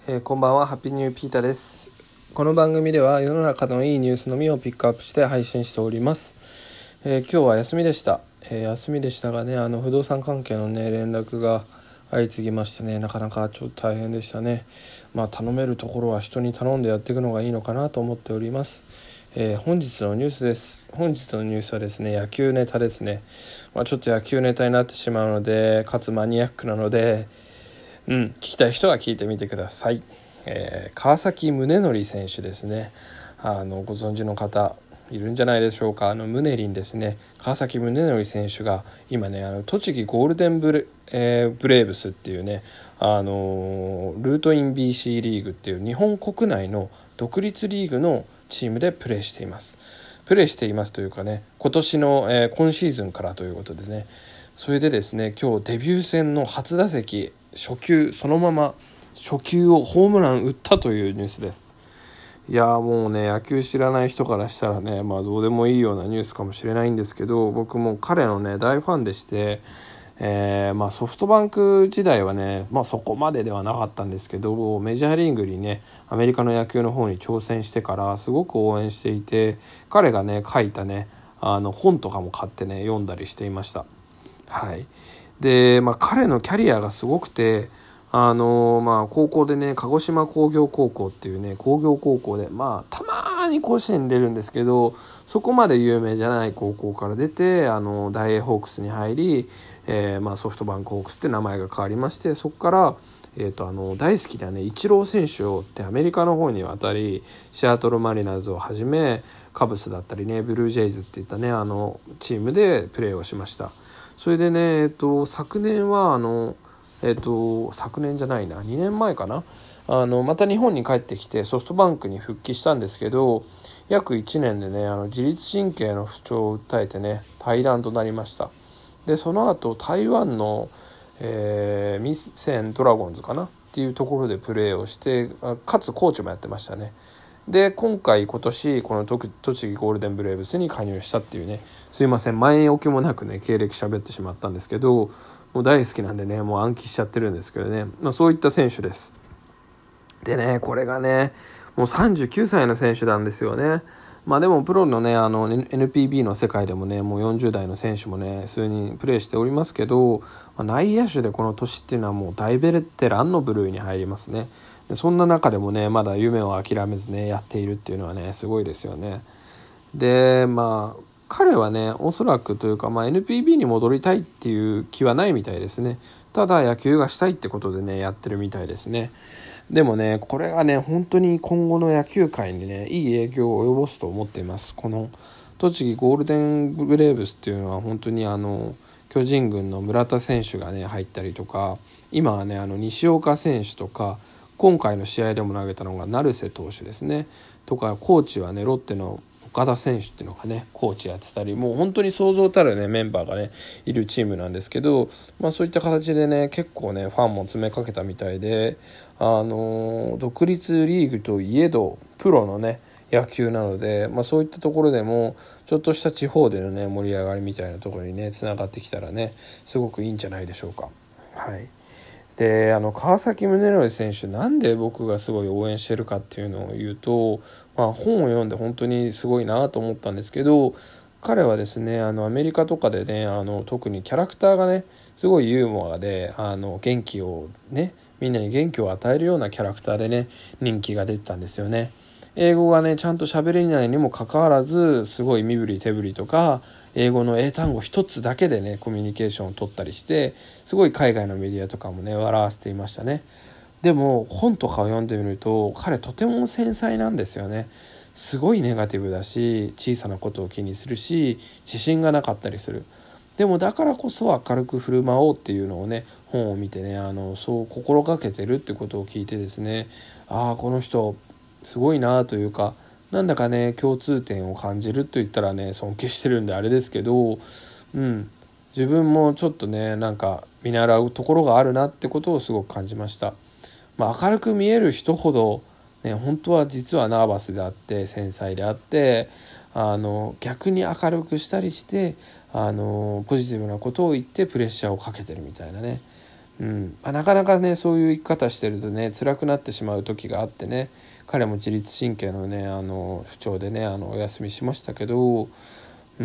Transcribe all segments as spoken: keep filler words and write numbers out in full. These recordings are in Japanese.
えーこんばんは。ハッピーニューピーターです。この番組では世の中のいいニュースのみをピックアップして配信しております。えー今日は休みでした、えー休みでしたがね、あの不動産関係のね連絡が相次ぎましてね、なかなかちょっと大変でしたね。まあ頼めるところは人に頼んでやっていくのがいいのかなと思っております。えー本日のニュースです。本日のニュースはですね、野球ネタですね。まあ、ちょっと野球ネタになってしまうので、かつマニアックなので、うん、聞きたい人は聞いてみてください。えー川崎宗則選手ですね。あのご存知の方いるんじゃないでしょうか。あのムネリンですね。川崎宗則選手が今ね、あの栃木ゴールデンブレ、えーブレーブスっていうね、あのルートイン ビーシー リーグっていう日本国内の独立リーグのチームでプレーしています。プレーしていますというかね、今年の、えー今シーズンからということでね、それでですね、今日デビュー戦の初打席初球そのまま初球をホームラン打ったというニュースです。いやーもうね、野球知らない人からしたらね、まあどうでもいいようなニュースかもしれないんですけど、僕も彼のね大ファンでして、えーまあ、ソフトバンク時代はね、まあ、そこまでではなかったんですけど、メジャーリーグにねアメリカの野球の方に挑戦してからすごく応援していて、彼がね書いたねあの本とかも買ってね読んだりしていました。はい。で、まあ、彼のキャリアがすごくて、あのまあ、高校でね鹿児島工業高校っていうね工業高校で、まあたまに甲子園に出るんですけど、そこまで有名じゃない高校から出て、あのダイエーホークスに入り、えーまあ、ソフトバンクホークスって名前が変わりまして、そこから、えー、とあの大好きなねイチロー選手を追ってアメリカの方に渡り、シアトルマリナーズをはじめカブスだったりねブルージェイズっていったねあのチームでプレーをしました。それでね、えっと、昨年はあの、えっと、昨年じゃないなにねんまえかな、あのまた日本に帰ってきてソフトバンクに復帰したんですけど、約いちねんでねあの自律神経の不調を訴えてね退団となりました。でその後台湾の、えー、ミセンドラゴンズかなっていうところでプレーをして、かつコーチもやってましたね。で今回今年この栃木ゴールデンブレーブスに加入したっていうね、すいません前置きもなくね経歴喋ってしまったんですけど、もう大好きなんでねもう暗記しちゃってるんですけどね、まあ、そういった選手です。でねこれがねもうさんじゅうきゅうさいの選手なんですよね。まあでもプロのねあの エヌピービー の世界でもねもうよんじゅう代の選手もね数人プレーしておりますけど、まあ、内野手でこの年っていうのはもう大ベテランの部類に入りますね。でそんな中でもねまだ夢を諦めずねやっているっていうのはねすごいですよね。でまあ彼はねおそらくというか、まあ、エヌピービー に戻りたいっていう気はないみたいですね。ただ野球がしたいってことでねやってるみたいですね。でもねこれがね本当に今後の野球界にねいい影響を及ぼすと思っています。この栃木ゴールデンブレーブスっていうのは本当にあの巨人軍の村田選手がね入ったりとか、今はねあの西岡選手とか、今回の試合でも投げたのが成瀬投手ですねとか、コーチはねロッテの岡田選手っていうのがねコーチやってたり、もう本当に想像たるねメンバーがねいるチームなんですけど、まあそういった形でね結構ねファンも詰めかけたみたいで、あの独立リーグといえどプロのね野球なので、まあ、そういったところでもちょっとした地方でのね盛り上がりみたいなところにねつながってきたらねすごくいいんじゃないでしょうか。はい。であの川崎宗則選手なんで僕がすごい応援してるかっていうのを言うと、まあ、本を読んで本当にすごいなと思ったんですけど、彼はですねあのアメリカとかでねあの特にキャラクターがねすごいユーモアで、あの元気をねみんなに元気を与えるようなキャラクターでね人気が出てたんですよね。英語がねちゃんと喋れないにもかかわらず、すごい身振り手振りとか英語の英単語一つだけでねコミュニケーションを取ったりして、すごい海外のメディアとかもね笑わせていましたね。でも本とかを読んでみると彼とても繊細なんですよね。すごいネガティブだし、小さなことを気にするし、自信がなかったりする。でもだからこそ明るく振る舞おうっていうのをね本を見てねあのそう心がけてるってことを聞いてですね、ああこの人すごいなというか、なんだかね共通点を感じると言ったらね尊敬してるんであれですけど、うん自分もちょっとねなんか見習うところがあるなってことをすごく感じました。まあ、明るく見える人ほど、ね、本当は実はナーバスであって繊細であって、あの逆に明るくしたりしてあのポジティブなことを言ってプレッシャーをかけてるみたいなね。 うんまあ、なかなかねそういう生き方してるとね辛くなってしまう時があってね、彼も自律神経のねあの不調でねあのお休みしましたけど、うん、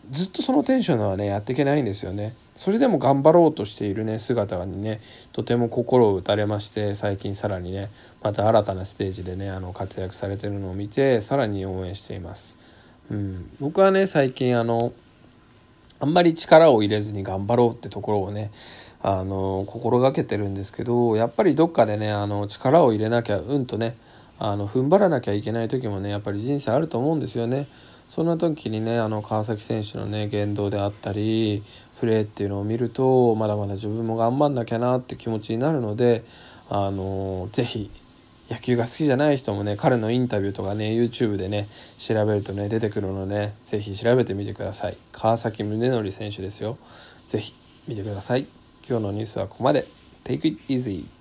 ずっとそのテンションはねやっていけないんですよね。それでも頑張ろうとしているね姿にねとても心を打たれまして、最近さらにねまた新たなステージでねあの活躍されてるのを見てさらに応援しています。うん、僕はね最近あのあんまり力を入れずに頑張ろうってところをねあの心がけてるんですけど、やっぱりどっかでねあの力を入れなきゃうんとねあの踏ん張らなきゃいけない時もねやっぱり人生あると思うんですよね。そんな時にねあの川崎選手のね言動であったりプレーっていうのを見ると、まだまだ自分も頑張んなきゃなって気持ちになるので、あのぜひ野球が好きじゃない人もね彼のインタビューとかね YouTube でね調べるとね出てくるので、ぜひ調べてみてください。川崎宗則選手ですよ。ぜひ見てください。今日のニュースはここまで。 Take it easy.